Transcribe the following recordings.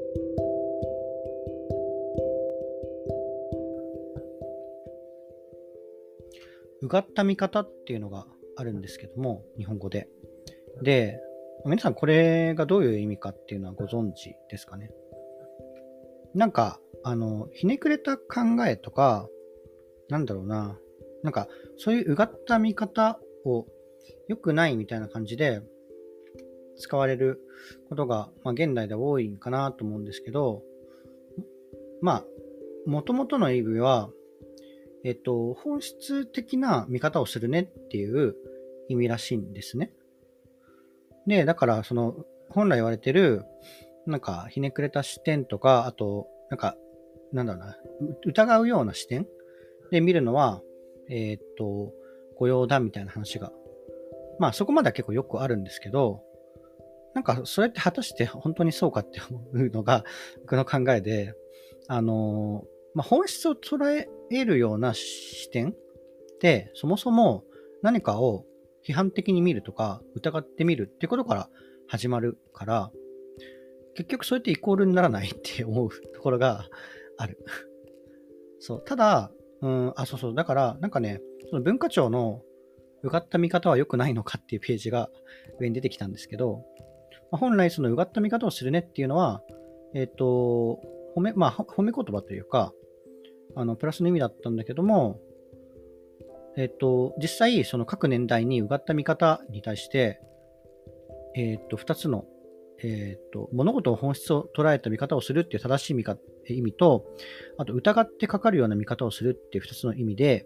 うがった見方っていうのがあるんですけども、日本語で。で、皆さんこれがどういう意味かっていうのはご存知ですかね。なんか、ひねくれた考えとか、なんだろうな、なんか、そういううがった見方を良くないみたいな感じで使われることが、現代では多いかなと思うんですけど、元々の意味は、本質的な見方をするねっていう意味らしいんですね。で、だから、本来言われてる、なんか、ひねくれた視点とか、あと、なんだろうな、疑うような視点で見るのは、誤用だみたいな話が、そこまでは結構よくあるんですけど、なんか、それって果たして本当にそうかって思うのが、僕の考えで、本質を捉え得るような視点って、そもそも何かを批判的に見るとか、疑ってみるっていうことから始まるから、結局そうやってイコールにならないって思うところがある。そう。ただ、そう。だから、なんかね、その文化庁のうがった見方は良くないのかっていうページが上に出てきたんですけど、本来そのうがった見方をするねっていうのは、褒め言葉というか、プラスの意味だったんだけども、実際、その各年代にうがった見方に対して、二つの、物事を本質を捉えた見方をするっていう正しい意味と、あと疑ってかかるような見方をするっていう二つの意味で、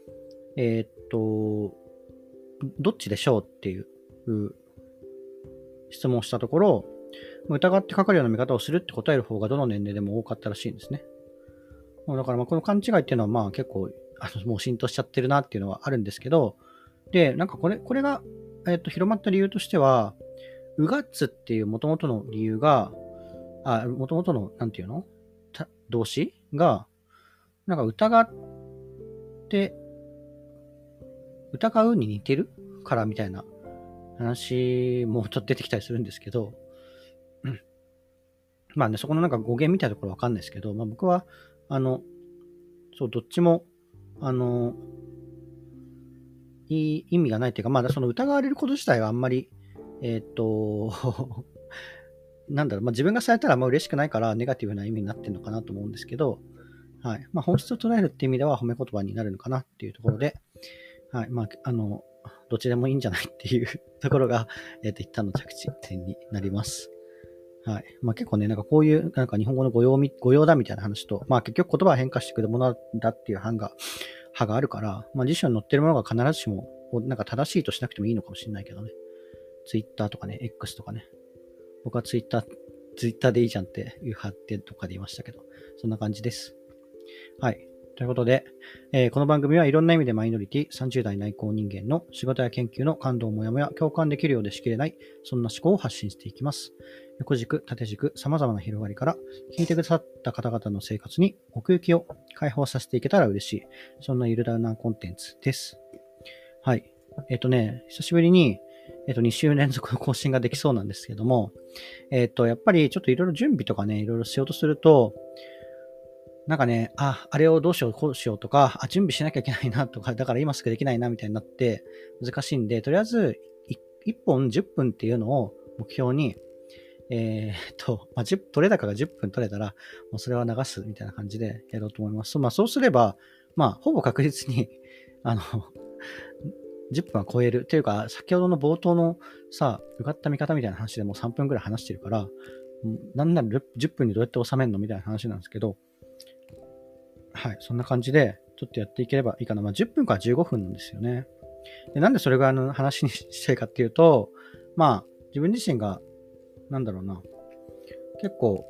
どっちでしょうっていう質問をしたところ、疑ってかかるような見方をするって答える方がどの年齢でも多かったらしいんですね。だからこの勘違いっていうのは結構もう浸透しちゃってるなっていうのはあるんですけど、で、なんかこれが、広まった理由としては、うがつっていう元々の理由が、元々の、なんていうの動詞が、なんか疑うに似てるからみたいな話もちょっと出てきたりするんですけど、そこのなんか語源みたいなところわかんないですけど、僕は、どっちも、いい意味がないというか、その疑われること自体はあんまり、自分がされたら嬉しくないからネガティブな意味になってるのかなと思うんですけど、はい。本質を捉えるっていう意味では褒め言葉になるのかなっていうところで、はい。どっちでもいいんじゃないっていうところが、一旦の着地点になります。はい。結構ね、なんかこういう、なんか日本語の誤用だみたいな話と、結局言葉を変化してくるものだっていう派があるから、辞書に載ってるものが必ずしも、なんか正しいとしなくてもいいのかもしれないけどね。ツイッターとかね、X とかね。僕はツイッターでいいじゃんっていう派ってとかで言いましたけど、そんな感じです。はい。ということで、この番組はいろんな意味でマイノリティ30代内向人間の仕事や研究の感動もやもや共感できるようでしきれない、そんな思考を発信していきます。横軸、縦軸、様々な広がりから、聞いてくださった方々の生活に奥行きを解放させていけたら嬉しい、そんなゆるだなコンテンツです。はい。久しぶりに、2週連続の更新ができそうなんですけども、やっぱりちょっといろいろ準備とかね、いろいろしようとすると、なんかね、あれをどうしよう、こうしようとか、準備しなきゃいけないなとか、だから今すぐできないなみたいになって難しいんで、とりあえず1本10分っていうのを目標に、取れ高が10分取れたら、もうそれは流すみたいな感じでやろうと思います。そうすれば、ほぼ確実に、10分は超える。というか、先ほどの冒頭のうがった見方みたいな話でもう3分くらい話してるから、なんなら10分にどうやって収めるのみたいな話なんですけど、はい、そんな感じで、ちょっとやっていければいいかな。10分から15分なんですよね。で、なんでそれが話にしたいかっていうと、自分自身が、結構、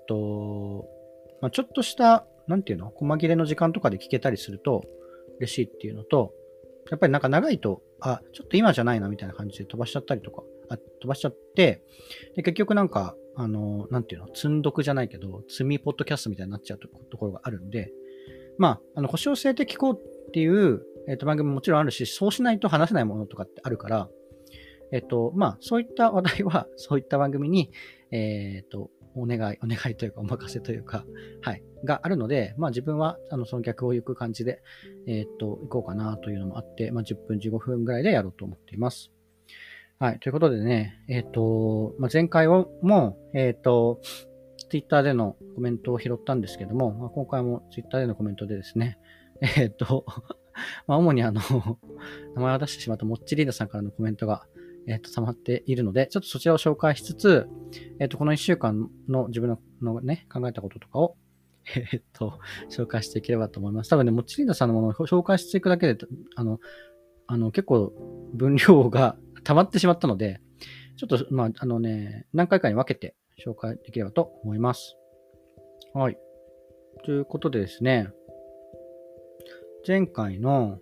ちょっとした、細切れの時間とかで聞けたりすると嬉しいっていうのと、やっぱりなんか長いと、ちょっと今じゃないなみたいな感じで飛ばしちゃったりとか、飛ばしちゃって、で、結局積んどくじゃないけど、積みポッドキャストみたいになっちゃうところがあるんで、腰を据えて聞こうっていう、番組ももちろんあるし、そうしないと話せないものとかってあるから、そういった話題は、そういった番組に、 お願いというか、お任せというか、はい、があるので、まあ自分は、その逆を行く感じで、行こうかなというのもあって、まあ10分、15分ぐらいでやろうと思っています。はい、ということでね、まあ、前回も、ツイッターでのコメントを拾ったんですけども、まあ、今回もツイッターでのコメントでですね、まあ、主に名前を出してしまったモッチリーダさんからのコメントが、溜まっているので、ちょっとそちらを紹介しつつ、この1週間の自分のね、考えたこととかを、紹介していければと思います。多分ね、モッチリーダさんのものを紹介していくだけで、結構分量が溜まってしまったので、ちょっと、まあ、何回かに分けて紹介できればと思います。はい。ということでですね、前回の、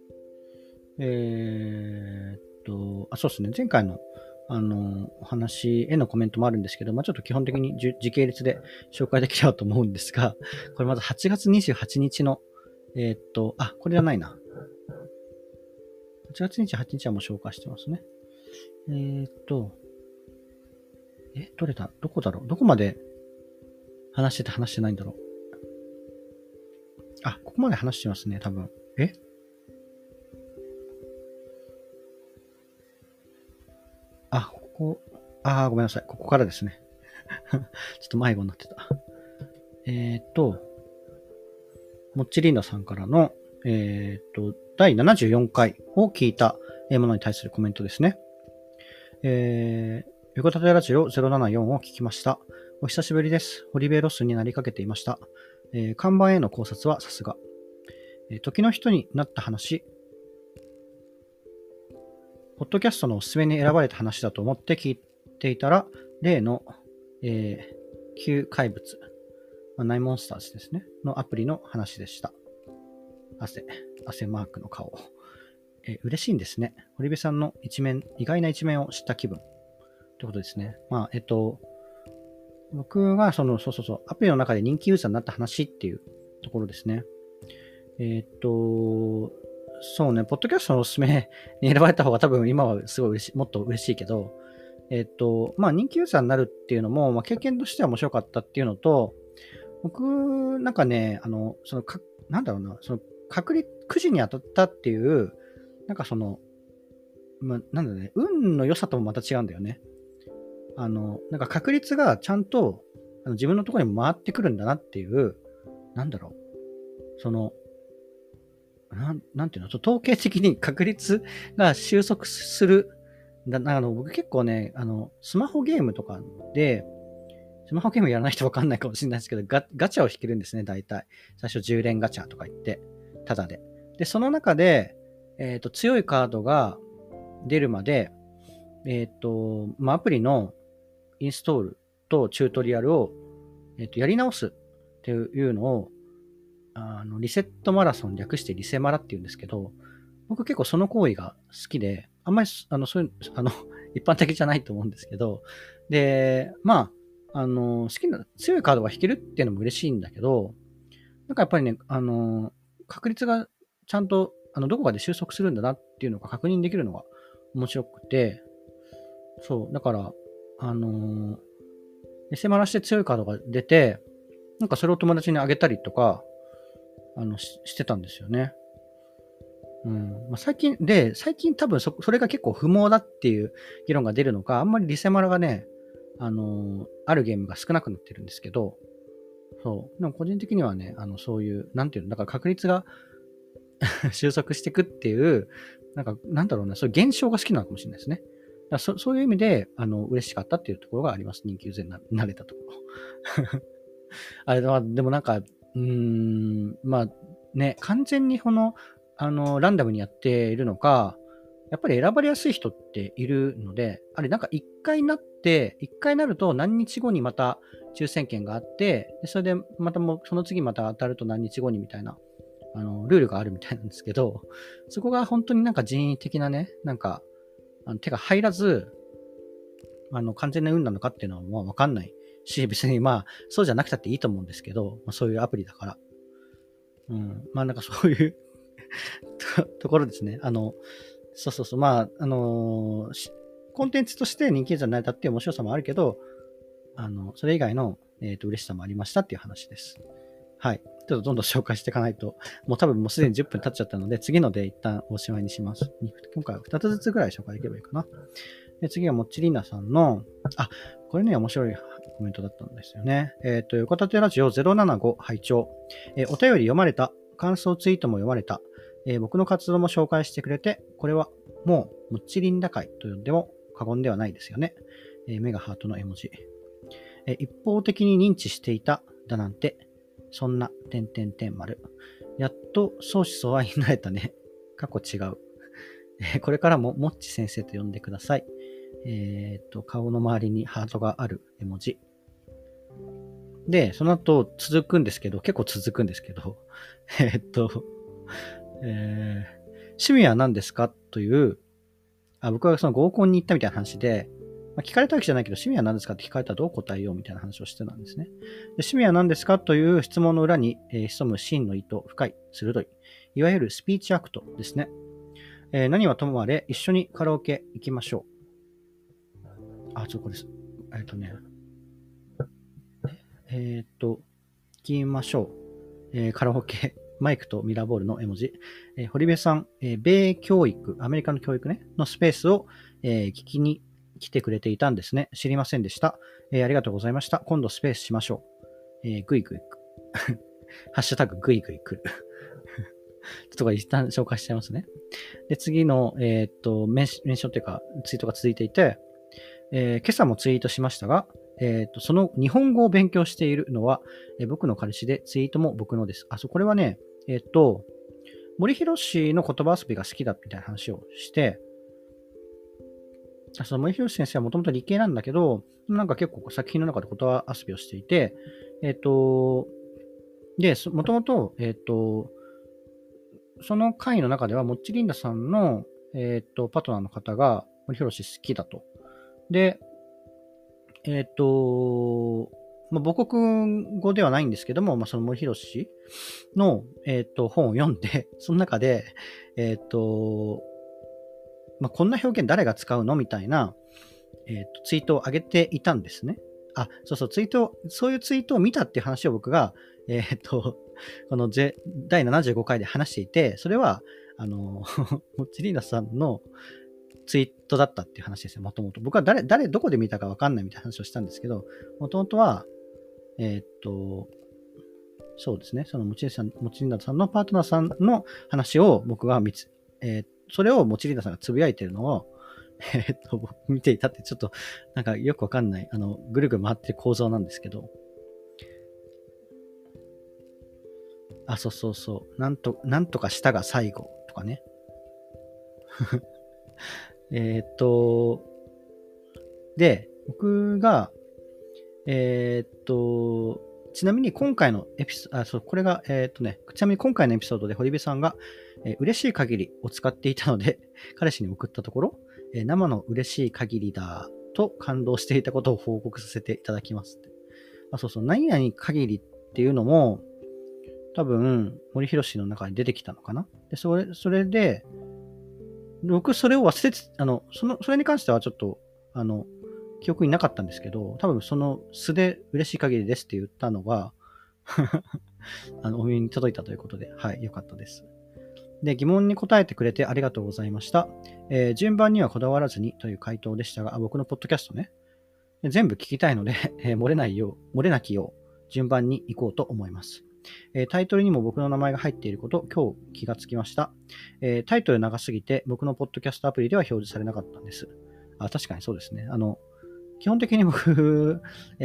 そうですね、前回の、お話へのコメントもあるんですけど、まあ、ちょっと基本的に時系列で紹介できればと思うんですが、これまず8月28日の、これじゃないな。8月28日はもう紹介してますね。どれだどこだろうどこまで話してないんだろう。あ、ここまで話してますね、多分。ごめんなさい。ここからですね。ちょっと迷子になってた。モッチリーナさんからの、第74回を聞いたものに対するコメントですね。横立てラジオ074を聞きました。お久しぶりです。ホリベイロスになりかけていました。看板への考察はさすが。時の人になった話、ポッドキャストのおすすめに選ばれた話だと思って聞いていたら、例の、旧怪物、ナイモンスターズですね、のアプリの話でした。汗マークの顔。嬉しいんですね。堀部さんの意外な一面を知った気分。ということですね。まあ、僕がアプリの中で人気ユーザーになった話っていうところですね。そうね、ポッドキャストのおすすめに選ばれた方が多分今はすごいもっと嬉しいけど、まあ人気ユーザーになるっていうのも、まあ経験としては面白かったっていうのと、僕、なんかね、なんだろうな、くじに当たったっていう、なんかなんだろうね、運の良さともまた違うんだよね。なんか確率がちゃんと自分のところに回ってくるんだなっていう、なんだろう、なんていうの、統計的に確率が収束する。僕結構ね、スマホゲームとかで、スマホゲームやらない人わかんないかもしれないですけど、ガチャを引けるんですね、大体。最初10連ガチャとか言って、ただで。で、その中で、強いカードが出るまで、まあ、アプリのインストールとチュートリアルを、やり直すっていうのを、リセットマラソン略してリセマラって言うんですけど、僕結構その行為が好きで、あんまり、そういう、一般的じゃないと思うんですけど、で、まあ、好きな、強いカードが引けるっていうのも嬉しいんだけど、なんかやっぱりね、確率がちゃんと、どこかで収束するんだなっていうのが確認できるのが面白くて、そう、だから、リセマラして強いカードが出て、なんかそれを友達にあげたりとか、してたんですよね。まあ、最近多分それが結構不毛だっていう議論が出るのか、あんまりリセマラがね、あるゲームが少なくなってるんですけど、そう。でも個人的にはね、そういう、なんていうの、だから確率が収束していくっていう、なんだろうな、そういう現象が好きなのかもしれないですね。そういう意味で、嬉しかったっていうところがあります。人気ユーザーになれたところ。あれは、でもなんか、まあね、完全にランダムにやっているのか、やっぱり選ばれやすい人っているので、あれなんか一回なると何日後にまた抽選券があって、でそれでまたもうその次また当たると何日後にみたいな、ルールがあるみたいなんですけど、そこが本当になんか人為的なね、なんか、手が入らず、完全な運なのかっていうのはもうわかんないし、別にまあ、そうじゃなくたっていいと思うんですけど、まあ、そういうアプリだから。まあなんかそういうところですね。まあ、コンテンツとして人気ユーザーになれたっていう面白さもあるけど、 それ以外の、嬉しさもありましたっていう話です。はい。ちょっとどんどん紹介していかないと、もう多分もうすでに10分経っちゃったので、次ので一旦おしまいにします。今回は2つずつぐらい紹介できればいいかな。で、次はもっちりなさんの、これね、面白いコメントだったんですよね。横立てラジオ075拝聴、お便り読まれた、感想ツイートも読まれた、僕の活動も紹介してくれて、これはもうもっちりんだ会と呼んでも過言ではないですよね。メガハートの絵文字。一方的に認知していただなんて、そんな、丸。やっと相思相愛になれたね。過去違う。これからももっち先生と呼んでください。顔の周りにハートがある絵文字。で、その後続くんですけど、結構続くんですけど、趣味は何ですかという、僕がその合コンに行ったみたいな話で、聞かれたわけじゃないけど、趣味は何ですかって聞かれたらどう答えようみたいな話をしてたんですね。で、趣味は何ですかという質問の裏に、潜む真の意図、深い、鋭い、いわゆるスピーチアクトですね。何はともあれ、一緒にカラオケ行きましょう。これです。行きましょう。カラオケ、マイクとミラーボールの絵文字。堀部さん、米教育、アメリカの教育ね、のスペースを、聞きに来てくれていたんですね。知りませんでした。ありがとうございました。今度スペースしましょう。ぐいぐいく。ハッシュタグぐいぐいくる。ちょっと一旦紹介しちゃいますね。で、次の、メンションというか、ツイートが続いていて、今朝もツイートしましたが、その日本語を勉強しているのは、僕の彼氏で、ツイートも僕のです。これはね、森博の言葉遊びが好きだみたいな話をして、その森博先生はもともと理系なんだけど、なんか結構作品の中で言葉遊びをしていて、で、もともと、その回の中では、もっちりんださんの、パートナーの方が森博好きだと。で、母国語ではないんですけども、その森博の、本を読んで、その中で、こんな表現誰が使うのみたいな、ツイートを上げていたんですね。そういうツイートを見たっていう話を僕が、この第75回で話していて、それは、モッチリーナさんのツイートだったっていう話ですよ、もともと。僕はどこで見たかわかんないみたいな話をしたんですけど、もともとは、そうですね、そのモチリーナさんのパートナーさんの話を僕がそれをモチリーナさんがつぶやいてるのを、見ていたってちょっとなんかよくわかんない、ぐるぐる回ってる構造なんですけど、そう。なんとかしたが最後とかね。で、僕が、ちなみに今回のエピソード、これが、ちなみに今回のエピソードで堀部さんが、嬉しい限りを使っていたので、彼氏に送ったところ、生の嬉しい限りだと感動していたことを報告させていただきますって。何々限りっていうのも、多分、森博の中に出てきたのかな。で、それで、僕それを忘れて、それに関してはちょっと、記憶になかったんですけど、多分その素で嬉しい限りですって言ったのがお耳に届いたということで、はい、よかったです。で、疑問に答えてくれてありがとうございました。順番にはこだわらずにという回答でしたが、僕のポッドキャストね、全部聞きたいので漏れなきよう、順番に行こうと思います。タイトルにも僕の名前が入っていること、今日気がつきました。タイトル長すぎて、僕のポッドキャストアプリでは表示されなかったんです。確かにそうですね。基本的に僕、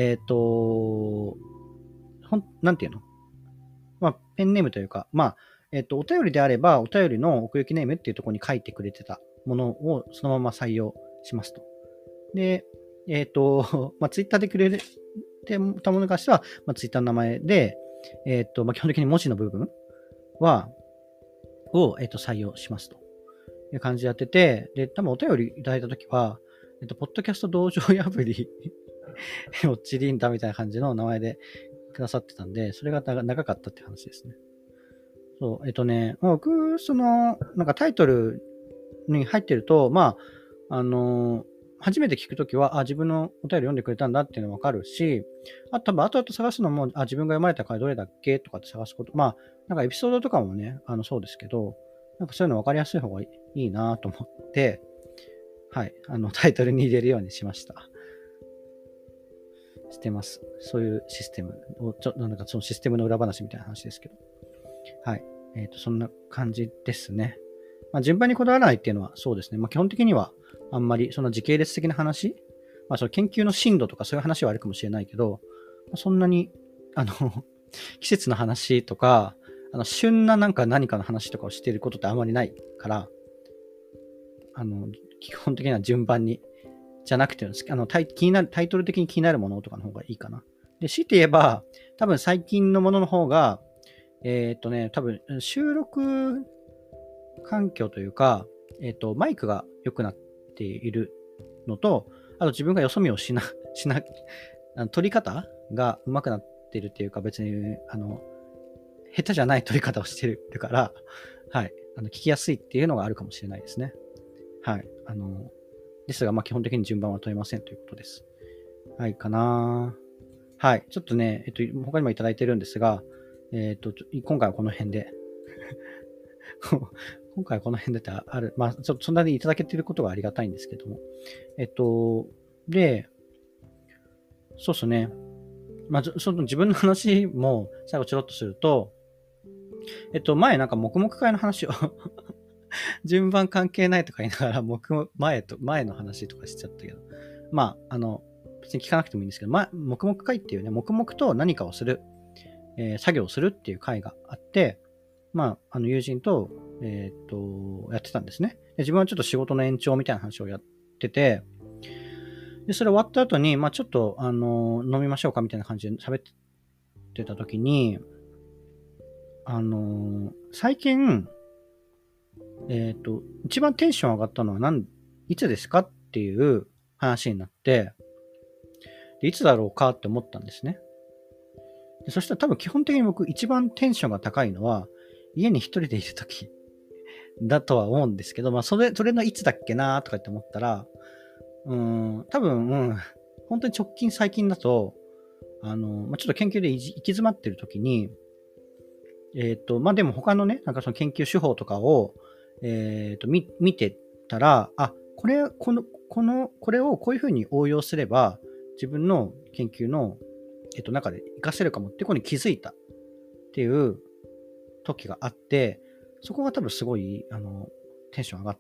なんていうのペンネームというか、お便りであれば、お便りの奥行きネームっていうところに書いてくれてたものをそのまま採用しますと。で、ツイッターでくれたものに関しては、ツイッターの名前で、基本的に文字の部分を採用しますという感じでやってて、で、多分お便りいただいたときは、ポッドキャスト道場破りもっちりんだみたいな感じの名前でくださってたんで、それが長かったって話ですね。そう、僕、なんかタイトルに入ってると、 初めて聞くときは、自分のお便り読んでくれたんだっていうのがわかるし、多分後々探すのも、自分が読まれた回どれだっけとかって探すこと、なんかエピソードとかもね、そうですけど、なんかそういうの分かりやすい方がいいなと思って、はい、タイトルに入れるようにしました。してます。そういうシステムを、なんかそのシステムの裏話みたいな話ですけど。はい。そんな感じですね。順番にこだわらないっていうのはそうですね。基本的にはあんまりその時系列的な話、その研究の進度とかそういう話はあるかもしれないけど、そんなに、季節の話とか、旬な何かの話とかをしていることってあんまりないから、基本的には順番に、じゃなくて、タイトル的に気になるものとかの方がいいかな。で、強いて言えば、多分最近のものの方が、多分収録環境というか、マイクが良くなっているのと、あと自分がよそ見をしな、撮り方が上手くなってるっていうか、別に、下手じゃない撮り方をしてるから、はい、聞きやすいっていうのがあるかもしれないですね。はい。ですが、基本的に順番は問いませんということです。はい、かな。はい。ちょっとね、他にもいただいてるんですが、今回はこの辺で。今回はこの辺でってちょっとそんなにいただけていることがありがたいんですけども。で、そうですね。その自分の話も最後ちょろっとすると、前なんか黙々会の話を順番関係ないとか言いながら、前の話とかしちゃったけど、別に聞かなくてもいいんですけど、黙々会っていうね、黙々と何かをする、作業をするっていう会があって、友人と、やってたんですね。で自分はちょっと仕事の延長みたいな話をやってて、で、それ終わった後に、ちょっと、飲みましょうかみたいな感じで喋ってた時に、最近、一番テンション上がったのはいつですかっていう話になって、でいつだろうかって思ったんですね。でそしたら多分基本的に僕一番テンションが高いのは家に一人でいるときだとは思うんですけど、それのいつだっけなとかって思ったら、多分、本当に直近最近だと、ちょっと研究で行き詰まってるときに、でも他のね、なんかその研究手法とかを、見てたら、これをこういうふうに応用すれば、自分の研究の、中で活かせるかもってことに気づいたっていう時があって、そこが多分すごい、テンション上がって、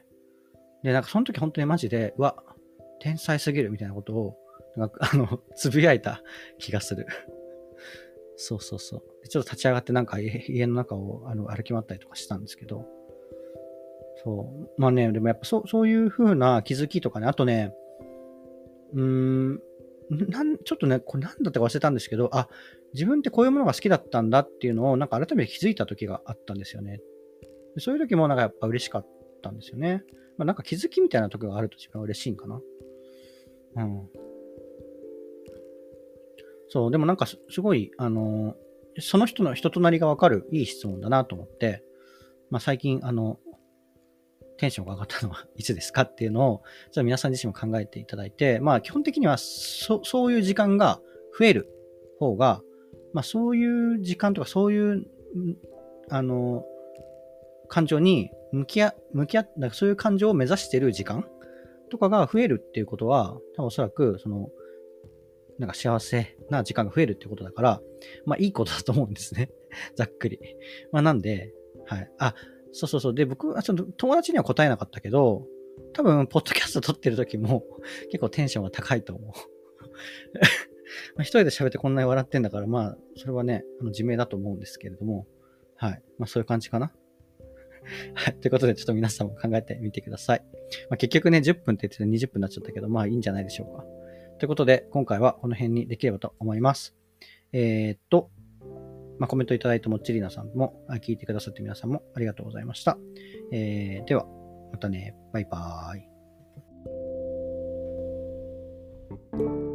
で、なんかその時本当にマジで、天才すぎるみたいなことを、つぶやいた気がする。そうそうそう。ちょっと立ち上がってなんか家の中を歩き回ったりとかしたんですけど、そう。でもやっぱそういう風な気づきとかね、あとね、ちょっとね、これなんだったか忘れたんですけど、自分ってこういうものが好きだったんだっていうのをなんか改めて気づいた時があったんですよね。でそういう時もなんかやっぱ嬉しかったんですよね。なんか気づきみたいな時があると自分は嬉しいんかな。うん。そう、でもなんかすごい、その人の人となりがわかるいい質問だなと思って、最近、テンションが上がったのはいつですかっていうのを、ちょっと皆さん自身も考えていただいて、基本的にはそういう時間が増える方が、そういう時間とかそういう、感情に向き合なんかそういう感情を目指している時間とかが増えるっていうことは、多分おそらく、なんか幸せな時間が増えるってことだから、いいことだと思うんですね。ざっくり。なんで、はい。そう。で、僕は友達には答えなかったけど、多分、ポッドキャスト撮ってる時も結構テンションが高いと思う。一人で喋ってこんなに笑ってんだから、それはね、自明だと思うんですけれども、はい。そういう感じかな。はい。ということで、ちょっと皆さんも考えてみてください。結局ね、10分って言ってて20分になっちゃったけど、いいんじゃないでしょうか。ということで、今回はこの辺にできればと思います。コメントいただいたもっちりなさんも、聞いてくださって皆さんもありがとうございました。では、またね。バイバーイ。